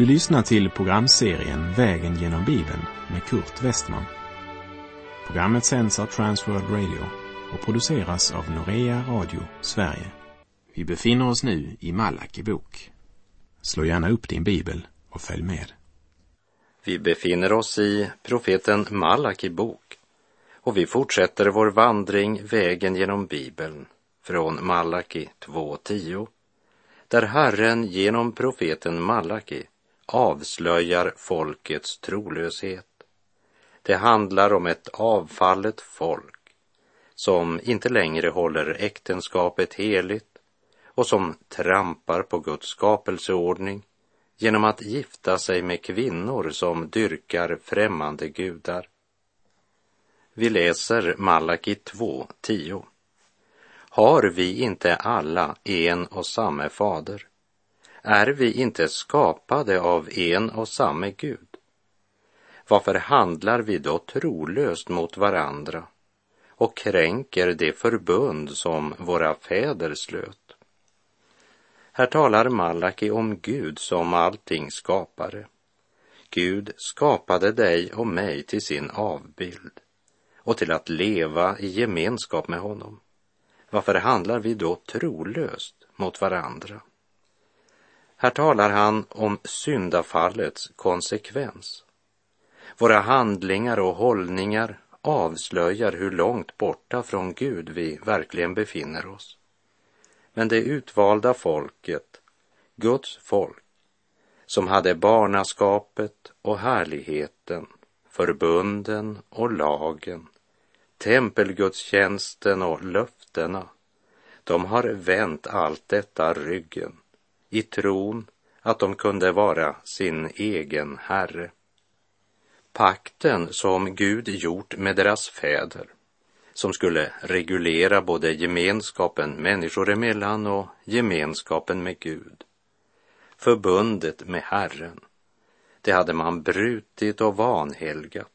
Du lyssnar till programserien Vägen genom Bibeln med Kurt Westman. Programmet sänds av Transworld Radio och produceras av Norea Radio Sverige. Vi befinner oss nu i Malaki bok. Slå gärna upp din bibel och följ med. Vi befinner oss i profeten Malaki bok och vi fortsätter vår vandring vägen genom Bibeln från Malaki 2:10, där Herren genom profeten Malaki avslöjar folkets trolöshet. Det handlar om ett avfallet folk som inte längre håller äktenskapet heligt och som trampar på Guds skapelseordning genom att gifta sig med kvinnor som dyrkar främmande gudar. Vi läser Malaki 2:10. Har vi inte alla en och samma fader? Är vi inte skapade av en och samma Gud? Varför handlar vi då trolöst mot varandra och kränker det förbund som våra fäder slöt? Här talar Malaki om Gud som allting skapare. Gud skapade dig och mig till sin avbild och till att leva i gemenskap med honom. Varför handlar vi då trolöst mot varandra? Här talar han om syndafallets konsekvens. Våra handlingar och hållningar avslöjar hur långt borta från Gud vi verkligen befinner oss. Men det utvalda folket, Guds folk, som hade barnaskapet och härligheten, förbunden och lagen, tempelgudstjänsten och löftena, de har vänt allt detta ryggen i tron att de kunde vara sin egen herre. Pakten som Gud gjort med deras fäder, som skulle reglera både gemenskapen människor emellan och gemenskapen med Gud, förbundet med Herren, det hade man brutit och vanhelgat.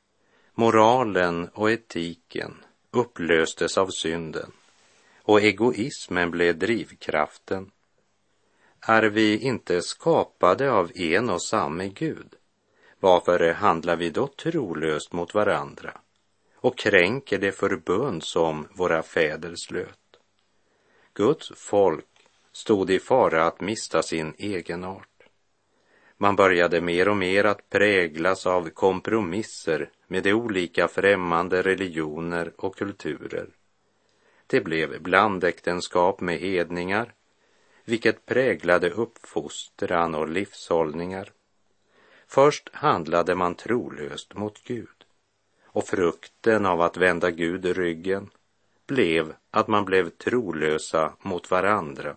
Moralen och etiken upplöstes av synden och egoismen blev drivkraften. Är vi inte skapade av en och samma Gud? Varför handlar vi då trolöst mot varandra och kränker det förbund som våra fäder slöt? Guds folk stod i fara att mista sin egenart. Man började mer och mer att präglas av kompromisser med de olika främmande religioner och kulturer. Det blev blandäktenskap med hedningar, vilket präglade uppfostran och livshållningar. Först handlade man trolöst mot Gud, och frukten av att vända Gud ryggen blev att man blev trolösa mot varandra.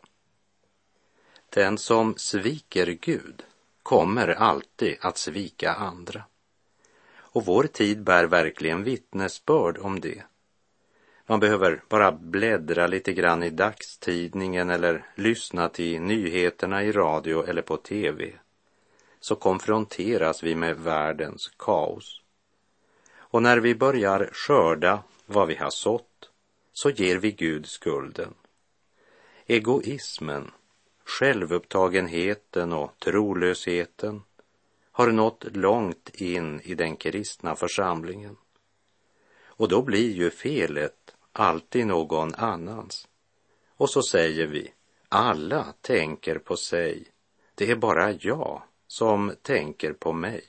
Den som sviker Gud kommer alltid att svika andra. Och vår tid bär verkligen vittnesbörd om det. Man behöver bara bläddra lite grann i dagstidningen eller lyssna till nyheterna i radio eller på TV, så konfronteras vi med världens kaos. Och när vi börjar skörda vad vi har sått, så ger vi Gud skulden. Egoismen, självupptagenheten och trolösheten har nått långt in i den kristna församlingen. Och då blir ju felet alltid någon annans. Och så säger vi, alla tänker på sig, det är bara jag som tänker på mig.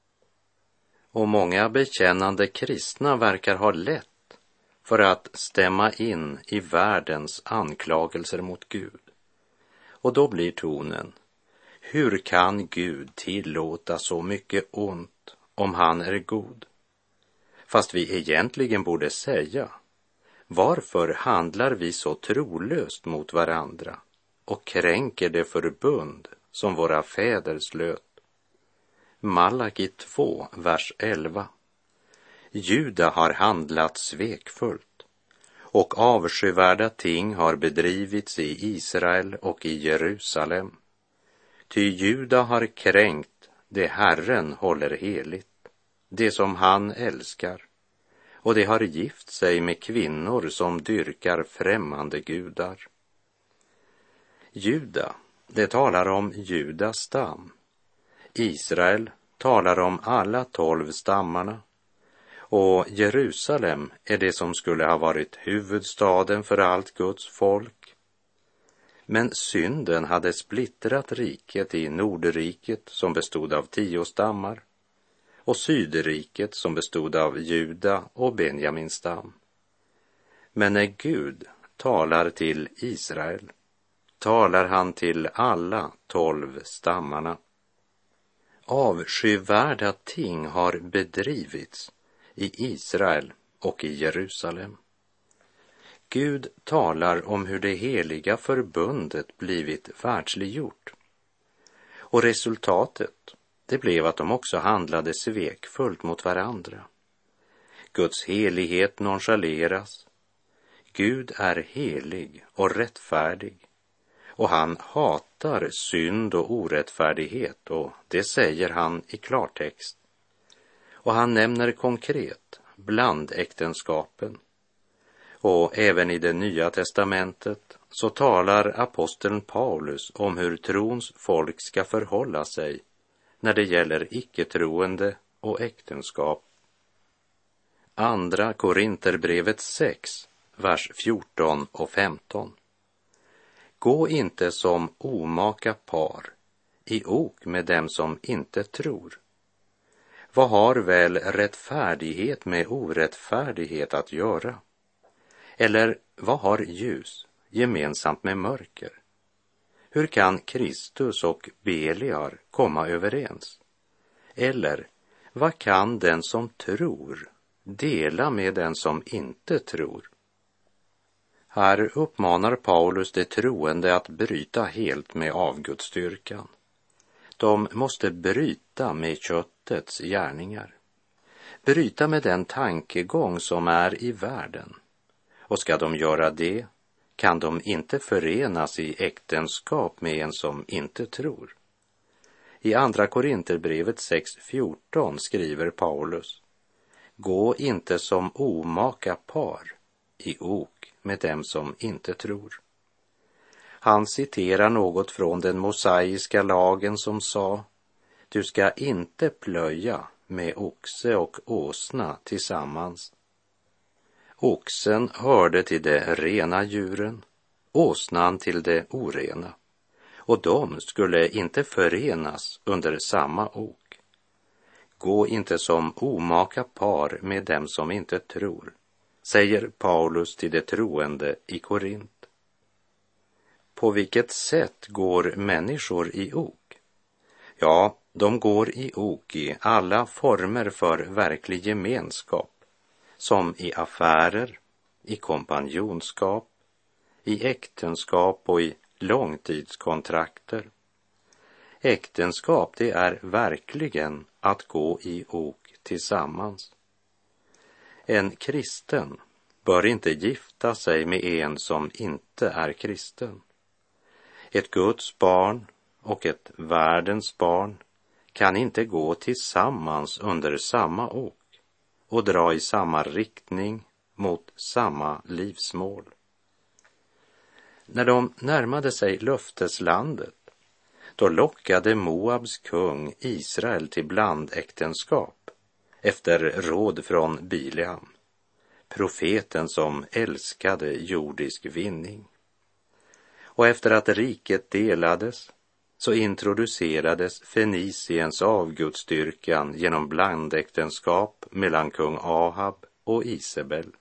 Och många bekännande kristna verkar ha lätt för att stämma in i världens anklagelser mot Gud. Och då blir tonen, hur kan Gud tillåta så mycket ont om han är god? Fast vi egentligen borde säga, varför handlar vi så trolöst mot varandra och kränker det förbund som våra fäder slöt? Malaki 2, vers 11. Juda har handlat svekfullt och avskyvärda ting har bedrivits i Israel och i Jerusalem. Ty Juda har kränkt det Herren håller heligt, det som han älskar, och det har gift sig med kvinnor som dyrkar främmande gudar. Juda, det talar om Judas stam. Israel talar om alla 12 stammarna, och Jerusalem är det som skulle ha varit huvudstaden för allt Guds folk. Men synden hade splittrat riket i Nordriket som bestod av 10 stammar och Sydriket som bestod av Juda och Benjamins stam. Men när Gud talar till Israel talar han till alla 12 stammarna. Avskyvärda ting har bedrivits i Israel och i Jerusalem. Gud talar om hur det heliga förbundet blivit världsliggjort. Och resultatet, det blev att de också handlade svekfullt mot varandra. Guds helighet nonchaleras. Gud är helig och rättfärdig. Och han hatar synd och orättfärdighet, och det säger han i klartext. Och han nämner konkret blandäktenskapen. Och även i det nya testamentet så talar aposteln Paulus om hur trons folk ska förhålla sig när det gäller icke-troende och äktenskap. Andra Korinterbrevet 6, vers 14 och 15. Gå inte som omaka par i ok med dem som inte tror. Vad har väl rättfärdighet med orättfärdighet att göra? Eller vad har ljus gemensamt med mörker? Hur kan Kristus och Beliar komma överens? Eller vad kan den som tror dela med den som inte tror? Här uppmanar Paulus de troende att bryta helt med avgudsdyrkan. De måste bryta med köttets gärningar. Bryta med den tankegång som är i världen. Och ska de göra det kan de inte förenas i äktenskap med en som inte tror. I andra Korinterbrevet 6:14 skriver Paulus: gå inte som omaka par i ok med dem som inte tror. Han citerar något från den mosaiska lagen som sa: du ska inte plöja med oxe och åsna tillsammans. Oxen hörde till de rena djuren, åsnan till de orena, och de skulle inte förenas under samma ok. Gå inte som omaka par med dem som inte tror, säger Paulus till de troende i Korint. På vilket sätt går människor i ok? Ja, de går i ok i alla former för verklig gemenskap, som i affärer, i kompanjonskap, i äktenskap och i långtidskontrakter. Äktenskap, det är verkligen att gå i ok tillsammans. En kristen bör inte gifta sig med en som inte är kristen. Ett Guds barn och ett världens barn kan inte gå tillsammans under samma ok och dra i samma riktning mot samma livsmål. När de närmade sig löfteslandet, då lockade Moabs kung Israel till blandäktenskap efter råd från Bileam, profeten som älskade jordisk vinning. Och efter att riket delades så introducerades Feniciens avgudsdyrkan genom blandäktenskap mellan kung Ahab och Isabel.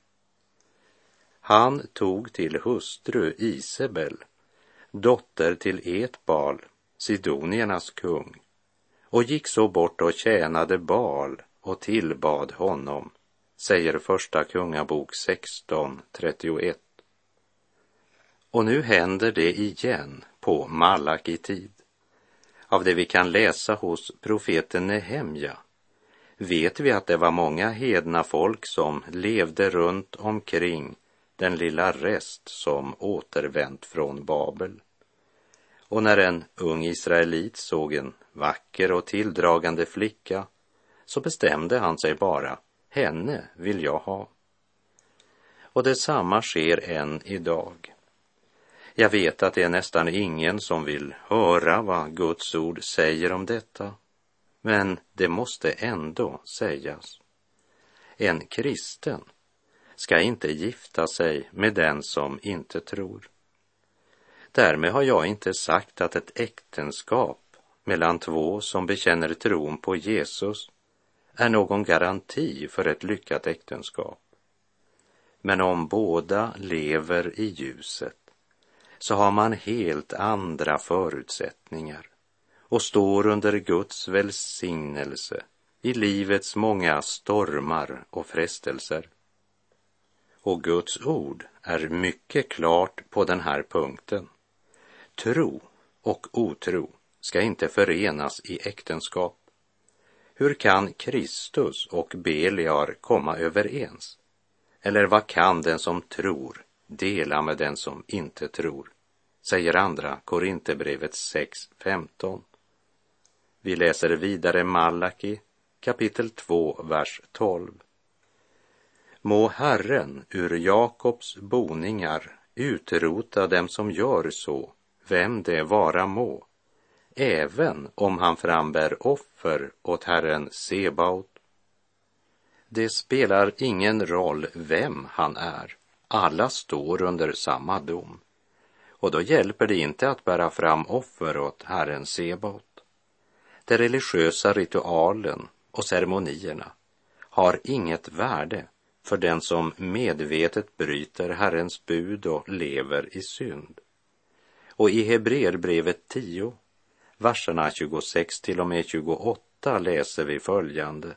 Han tog till hustru Isabel, dotter till Etbal, sidoniernas kung, och gick så bort och tjänade Baal och tillbad honom, säger första kungabok 16:31. Och nu händer det igen på Malaki-tid. Av det vi kan läsa hos profeten Nehemja vet vi att det var många hedna folk som levde runt omkring den lilla rest som återvänt från Babel. Och när en ung israelit såg en vacker och tilldragande flicka så bestämde han sig bara: henne vill jag ha. Och detsamma sker än idag. Jag vet att det är nästan ingen som vill höra vad Guds ord säger om detta, men det måste ändå sägas. En kristen ska inte gifta sig med den som inte tror. Därmed har jag inte sagt att ett äktenskap mellan två som bekänner tron på Jesus är någon garanti för ett lyckat äktenskap. Men om båda lever i ljuset så har man helt andra förutsättningar och står under Guds välsignelse i livets många stormar och frestelser. Och Guds ord är mycket klart på den här punkten. Tro och otro ska inte förenas i äktenskap. Hur kan Kristus och Beliar komma överens? Eller vad kan den som tror dela med den som inte tror? Säger andra Korinthierbrevet 6:15. Vi läser vidare Malaki kapitel 2, vers 12. Må Herren ur Jakobs boningar utrota dem som gör så, vem det vara må, även om han frambär offer åt Herren Sebaot. Det spelar ingen roll vem han är, alla står under samma dom. Och då hjälper det inte att bära fram offer åt Herren Sebaot. Den religiösa ritualen och ceremonierna har inget värde för den som medvetet bryter Herrens bud och lever i synd. Och i Hebreerbrevet 10, verserna 26 till och med 28 läser vi följande.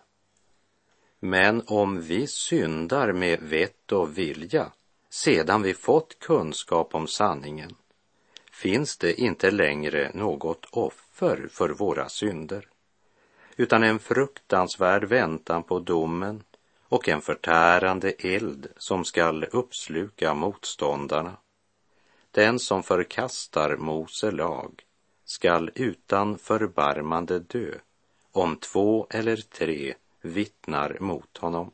Men om vi syndar med vett och vilja, sedan vi fått kunskap om sanningen, finns det inte längre något offer för våra synder, utan en fruktansvärd väntan på domen och en förtärande eld som skall uppsluka motståndarna. Den som förkastar Mose lag skall utan förbarmande dö, om 2 eller 3 vittnar mot honom.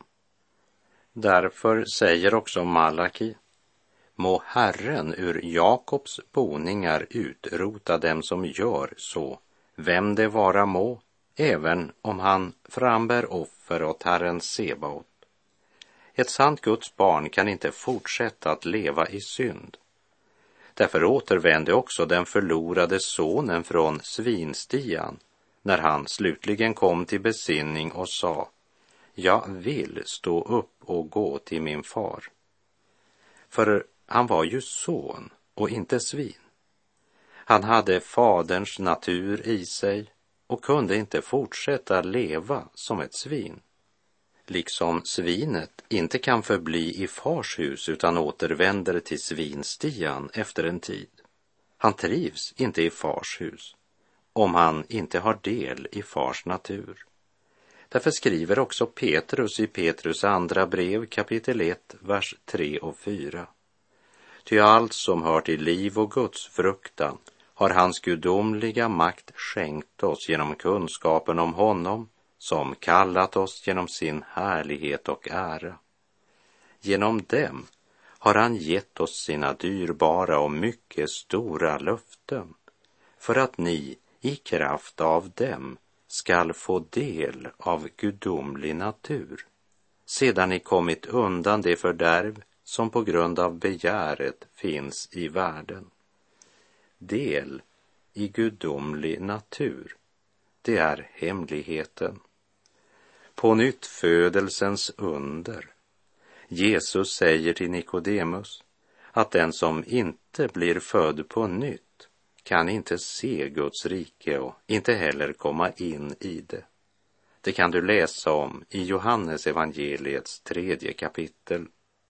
Därför säger också Malaki, må Herren ur Jakobs boningar utrota dem som gör så, vem det vara må, även om han frambär offer åt Herren Sebaot. Ett sant Guds barn kan inte fortsätta att leva i synd. Därför återvände också den förlorade sonen från svinstian när han slutligen kom till besinning och sa, jag vill stå upp och gå till min far. För han var ju son och inte svin. Han hade faderns natur i sig och kunde inte fortsätta leva som ett svin. Liksom svinet inte kan förbli i fars hus utan återvänder till svinstian efter en tid. Han trivs inte i fars hus om han inte har del i fars natur. Därför skriver också Petrus i Petrus andra brev kapitel 1, vers 3 och 4. Ty allt som hör till liv och Guds fruktan har hans gudomliga makt skänkt oss genom kunskapen om honom som kallat oss genom sin härlighet och ära. Genom dem har han gett oss sina dyrbara och mycket stora löften, för att ni i kraft av dem skall få del av gudomlig natur, sedan ni kommit undan det fördärv som på grund av begäret finns i världen. Del i gudomlig natur, det är hemligheten. På nytt födelsens under. Jesus säger till Nikodemus att den som inte blir född på nytt kan inte se Guds rike och inte heller komma in i det. Det kan du läsa om i Johannes evangeliets 3:e kapitel.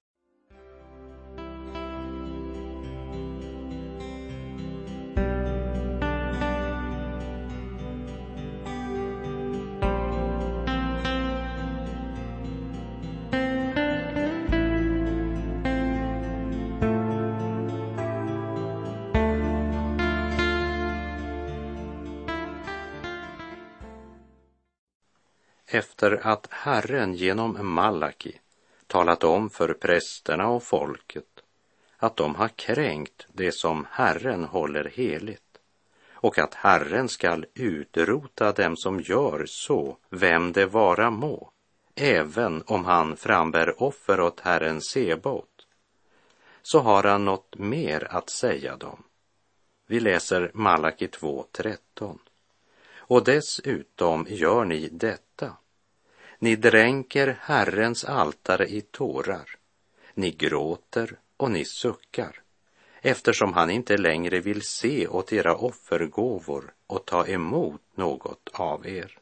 Efter att Herren genom Malaki talat om för prästerna och folket att de har kränkt det som Herren håller heligt och att Herren skall utrota dem som gör så, vem det vara må, även om han frambär offer åt Herren Sebot, så har han något mer att säga dem. Vi läser Malaki 2:13. Och dessutom gör ni detta. Ni dränker Herrens altare i tårar. Ni gråter och ni suckar, eftersom han inte längre vill se åt era offergåvor och ta emot något av er.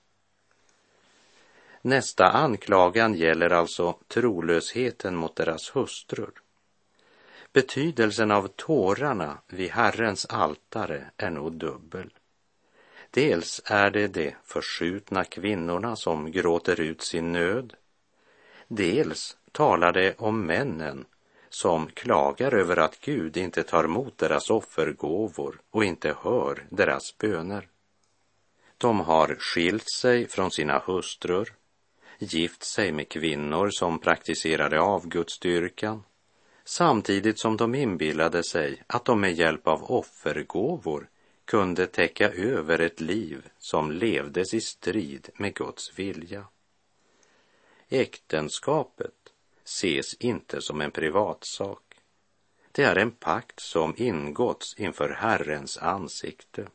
Nästa anklagan gäller alltså trolösheten mot deras hustrur. Betydelsen av tårarna vid Herrens altare är nog dubbel. Dels är det de förskjutna kvinnorna som gråter ut sin nöd. Dels talar det om männen som klagar över att Gud inte tar emot deras offergåvor och inte hör deras böner. De har skilt sig från sina hustrur, gift sig med kvinnor som praktiserade avgudsdyrkan, samtidigt som de inbillade sig att de med hjälp av offergåvor kunde täcka över ett liv som levdes i strid med Guds vilja. Äktenskapet ses inte som en privatsak. Det är en pakt som ingåtts inför Herrens ansikte.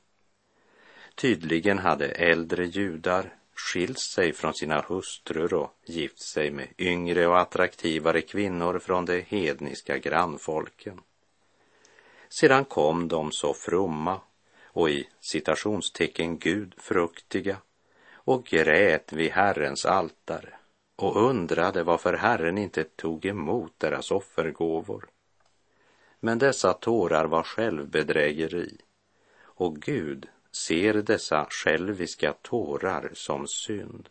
Tydligen hade äldre judar skilt sig från sina hustrur och gift sig med yngre och attraktivare kvinnor från de hedniska grannfolken. Sedan kom de så fromma och i citationstecken gudfruktiga och grät vid Herrens altare och undrade varför Herren inte tog emot deras offergåvor. Men dessa tårar var självbedrägeri, och Gud ser dessa själviska tårar som synd.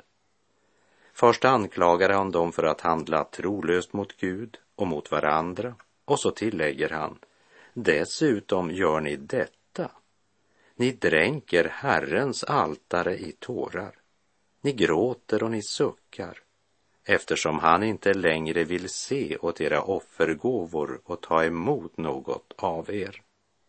Först anklagar han dem för att handla trolöst mot Gud och mot varandra, och så tillägger han: dessutom gör ni detta. Ni dränker Herrens altare i tårar. Ni gråter och ni suckar, eftersom han inte längre vill se åt era offergåvor och ta emot något av er.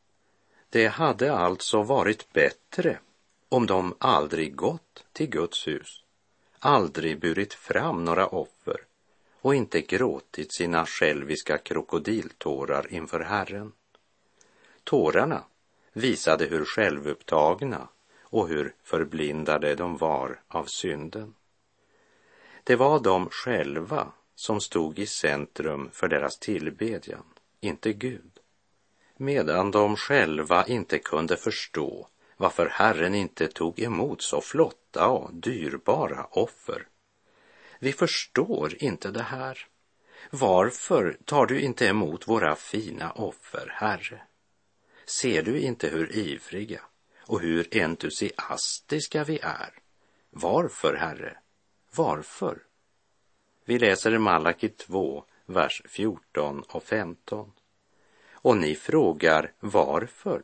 Det hade alltså varit bättre om de aldrig gått till Guds hus, aldrig burit fram några offer och inte gråtit sina själviska krokodiltårar inför Herren. Tårarna visade hur självupptagna och hur förblindade de var av synden. Det var de själva som stod i centrum för deras tillbedjan, inte Gud. Medan de själva inte kunde förstå varför Herren inte tog emot så flotta och dyrbara offer. Vi förstår inte det här. Varför tar du inte emot våra fina offer, Herre? Ser du inte hur ivriga och hur entusiastiska vi är? Varför, Herre? Varför? Vi läser Malaki 2, vers 14 och 15. Och ni frågar varför?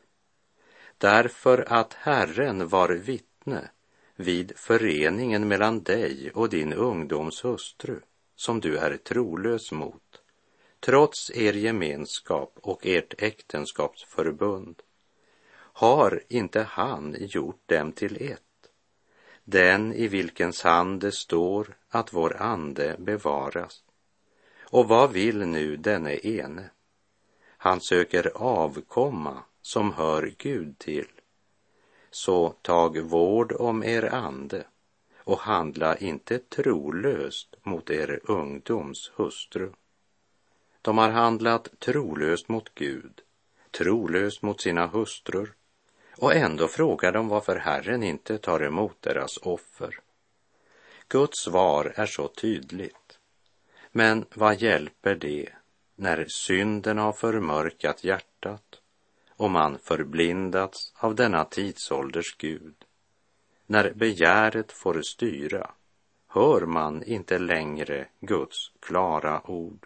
Därför att Herren var vittne vid föreningen mellan dig och din ungdoms hustru, som du är trolös mot, trots er gemenskap och ert äktenskapsförbund. Har inte han gjort dem till ett? Den i vilkens hand det står att vår ande bevaras. Och vad vill nu denne ene? Han söker avkomma som hör Gud till. Så tag vård om er ande och handla inte trolöst mot er ungdoms hustru. De har handlat trolöst mot Gud, trolöst mot sina hustrur, och ändå frågar de varför Herren inte tar emot deras offer. Guds svar är så tydligt. Men vad hjälper det när synden har förmörkat hjärtat och man förblindats av denna tidsålders Gud? När begäret får styra hör man inte längre Guds klara ord.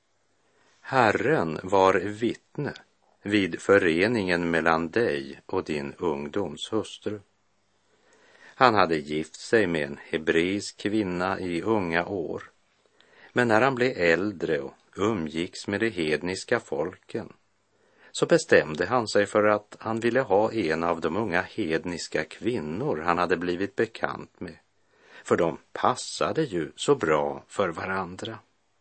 Herren var vittne vid föreningen mellan dig och din ungdoms hustru. Han hade gift sig med en hebreisk kvinna i unga år, men när han blev äldre och umgicks med de hedniska folken, så bestämde han sig för att han ville ha en av de unga hedniska kvinnor han hade blivit bekant med, för de passade ju så bra för varandra.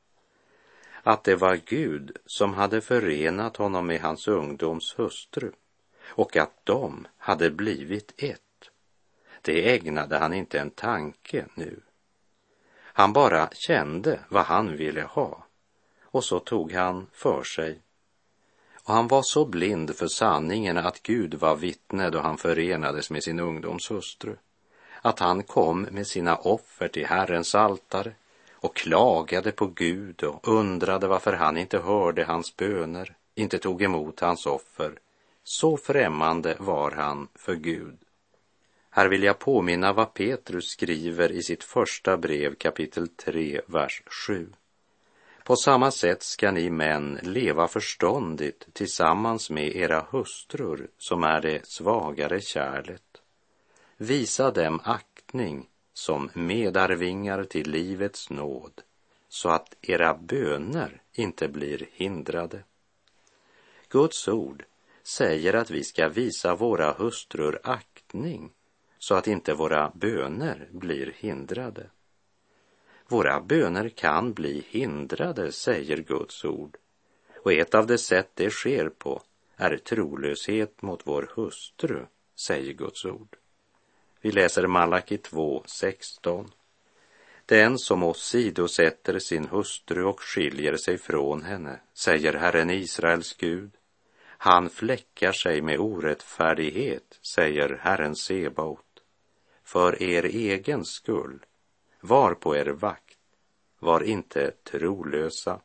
Att det var Gud som hade förenat honom med hans ungdoms hustru och att de hade blivit ett, det ägnade han inte en tanke nu. Han bara kände vad han ville ha och så tog han för sig. Och han var så blind för sanningen att Gud var vittne då han förenades med sin ungdoms hustru, att han kom med sina offer till Herrens altare och klagade på Gud och undrade varför han inte hörde hans böner, inte tog emot hans offer. Så främmande var han för Gud. Här vill jag påminna vad Petrus skriver i sitt första brev kapitel 3, vers 7. På samma sätt ska ni män leva förståndigt tillsammans med era hustrur som är det svagare kärlet. Visa dem aktning som medarvingar till livets nåd, så att era böner inte blir hindrade. Guds ord säger att vi ska visa våra hustrur aktning, så att inte våra böner blir hindrade. Våra böner kan bli hindrade, säger Guds ord. Och ett av de sätt det sker på är trolöshet mot vår hustru, säger Guds ord. Vi läser Malaki 2:16. Den som åsidosätter sin hustru och skiljer sig från henne, säger Herren Israels Gud, han fläckar sig med orättfärdighet, säger Herren Sebaot. För er egen skull, var på er vakt, var inte trolösa.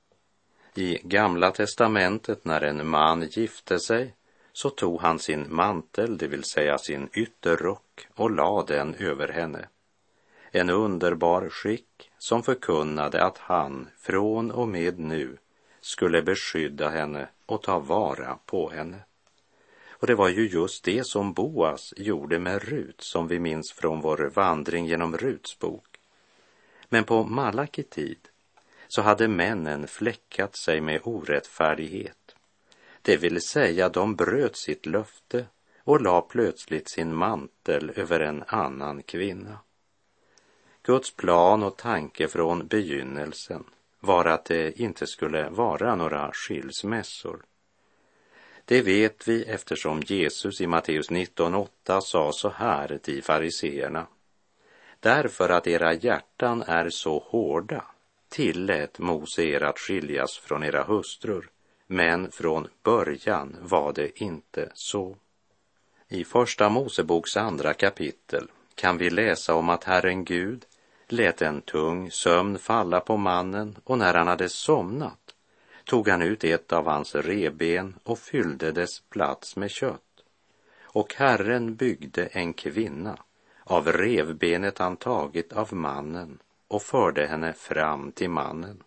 I Gamla testamentet när en man gifte sig så tog han sin mantel, det vill säga sin ytterrock, och la den över henne. En underbar skick som förkunnade att han från och med nu skulle beskydda henne och ta vara på henne. Och det var ju just det som Boas gjorde med Rut, som vi minns från vår vandring genom Ruts bok. Men på Malaki tid så hade männen fläckat sig med orättfärdighet. Det vill säga de bröt sitt löfte och la plötsligt sin mantel över en annan kvinna. Guds plan och tanke från begynnelsen var att det inte skulle vara några skilsmässor. Det vet vi eftersom Jesus i Matteus 19:8 sa så här till fariseerna. Därför att era hjärtan är så hårda tillät Mose er att skiljas från era hustrur, men från början var det inte så. I första Moseboks 2 kapitel kan vi läsa om att Herren Gud lät en tung sömn falla på mannen, och när han hade somnat tog han ut ett av hans revben och fyllde dess plats med kött. Och Herren byggde en kvinna av revbenet han tagit av mannen och förde henne fram till mannen.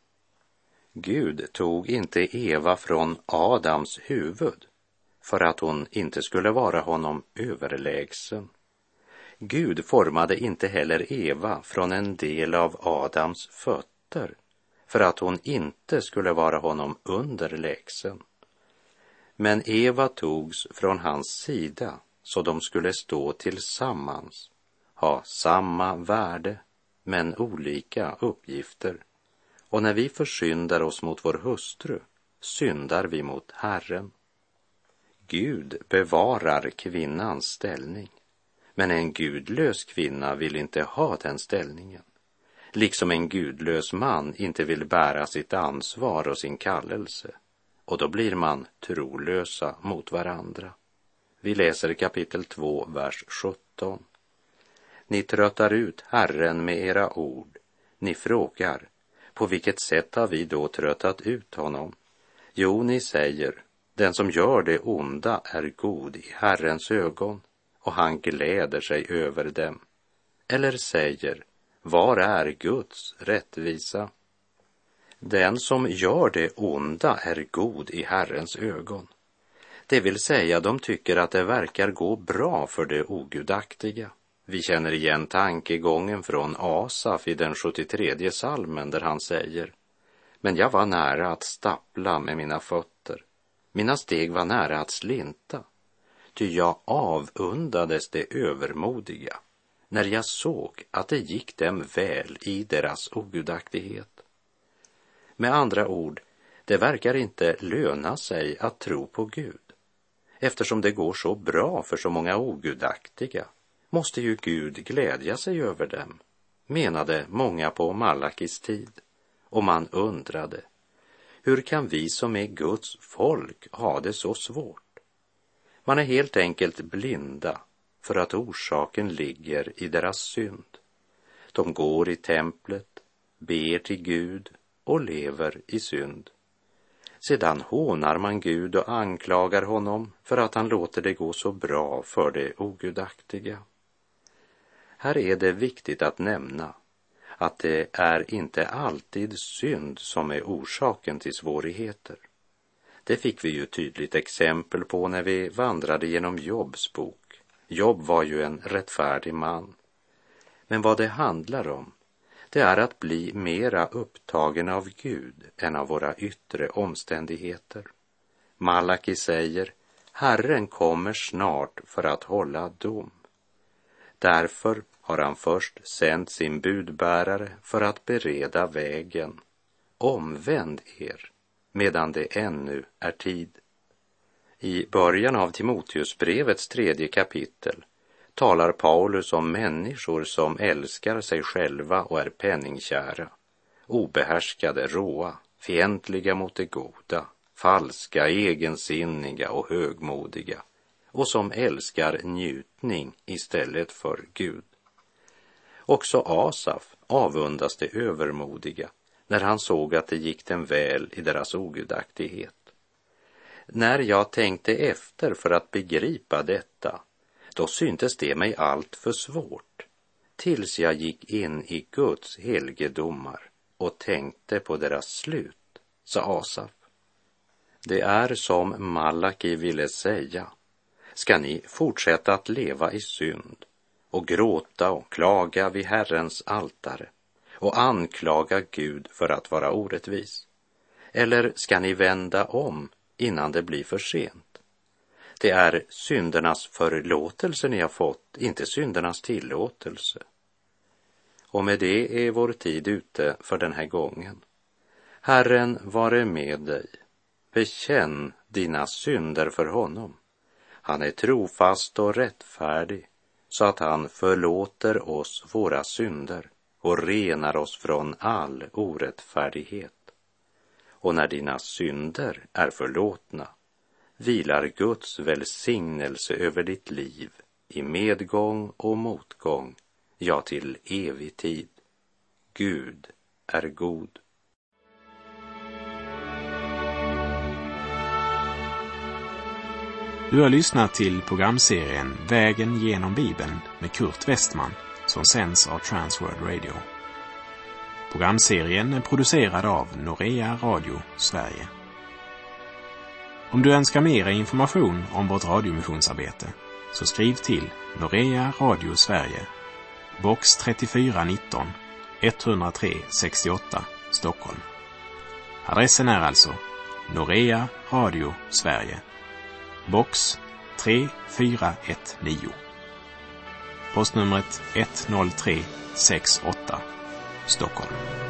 Gud tog inte Eva från Adams huvud för att hon inte skulle vara honom överlägsen. Gud formade inte heller Eva från en del av Adams fötter för att hon inte skulle vara honom underlägsen. Men Eva togs från hans sida så de skulle stå tillsammans, ha samma värde men olika uppgifter. Och när vi försyndar oss mot vår hustru syndar vi mot Herren. Gud bevarar kvinnans ställning, men en gudlös kvinna vill inte ha den ställningen. Liksom en gudlös man inte vill bära sitt ansvar och sin kallelse. Och då blir man trolösa mot varandra. Vi läser kapitel 2, vers 17. Ni tröttar ut Herren med era ord. Ni frågar, på vilket sätt har vi då tröttat ut honom? Jo, ni säger, den som gör det onda är god i Herrens ögon, och han gläder sig över dem. Eller säger, var är Guds rättvisa? Den som gör det onda är god i Herrens ögon. Det vill säga, de tycker att det verkar gå bra för det ogudaktiga. Vi känner igen tankegången från Asaf i den 73:e psalmen där han säger, men jag var nära att stappla med mina fötter. Mina steg var nära att slinta, ty jag avundades det övermodiga när jag såg att det gick dem väl i deras ogudaktighet. Med andra ord, det verkar inte löna sig att tro på Gud. Eftersom det går så bra för så många ogudaktiga måste ju Gud glädja sig över dem, menade många på Malakis tid. Och man undrade, hur kan vi som är Guds folk ha det så svårt? Man är helt enkelt blinda för att orsaken ligger i deras synd. De går i templet, ber till Gud och lever i synd. Sedan hånar man Gud och anklagar honom för att han låter det gå så bra för det ogudaktiga. Här är det viktigt att nämna att det är inte alltid synd som är orsaken till svårigheter. Det fick vi ju tydligt exempel på när vi vandrade genom Jobs bok. Job var ju en rättfärdig man. Men vad det handlar om, det är att bli mera upptagen av Gud än av våra yttre omständigheter. Malaki säger, Herren kommer snart för att hålla dom. Därför har han först sänt sin budbärare för att bereda vägen. Omvänd er, medan det ännu är tid. I början av Timoteusbrevets 3:e kapitel talar Paulus om människor som älskar sig själva och är penningkära, obehärskade, råa, fientliga mot det goda, falska, egensinniga och högmodiga, och som älskar njutning istället för Gud. Också Asaf avundas det övermodiga när han såg att det gick dem väl i deras ogudaktighet. När jag tänkte efter för att begripa detta, då syntes det mig allt för svårt, tills jag gick in i Guds helgedomar och tänkte på deras slut, sa Asaf. Det är som Malaki ville säga, ska ni fortsätta att leva i synd och gråta och klaga vid Herrens altare och anklaga Gud för att vara orättvis? Eller ska ni vända om innan det blir för sent? Det är syndernas förlåtelse ni har fått, inte syndernas tillåtelse. Och med det är vår tid ute för den här gången. Herren vare med dig. Bekänn dina synder för honom. Han är trofast och rättfärdig, så att han förlåter oss våra synder och renar oss från all orättfärdighet. Och när dina synder är förlåtna, vilar Guds välsignelse över ditt liv i medgång och motgång, ja, till evig tid. Gud är god. Du har lyssnat till programserien Vägen genom Bibeln med Kurt Westman som sänds av Transworld Radio. Programserien är producerad av Norea Radio Sverige. Om du önskar mer information om vårt radiomissionsarbete så skriv till Norea Radio Sverige, box 3419 103 68 Stockholm. Adressen är alltså Norea Radio Sverige, box 3419. Postnumret 10368 Stockholm.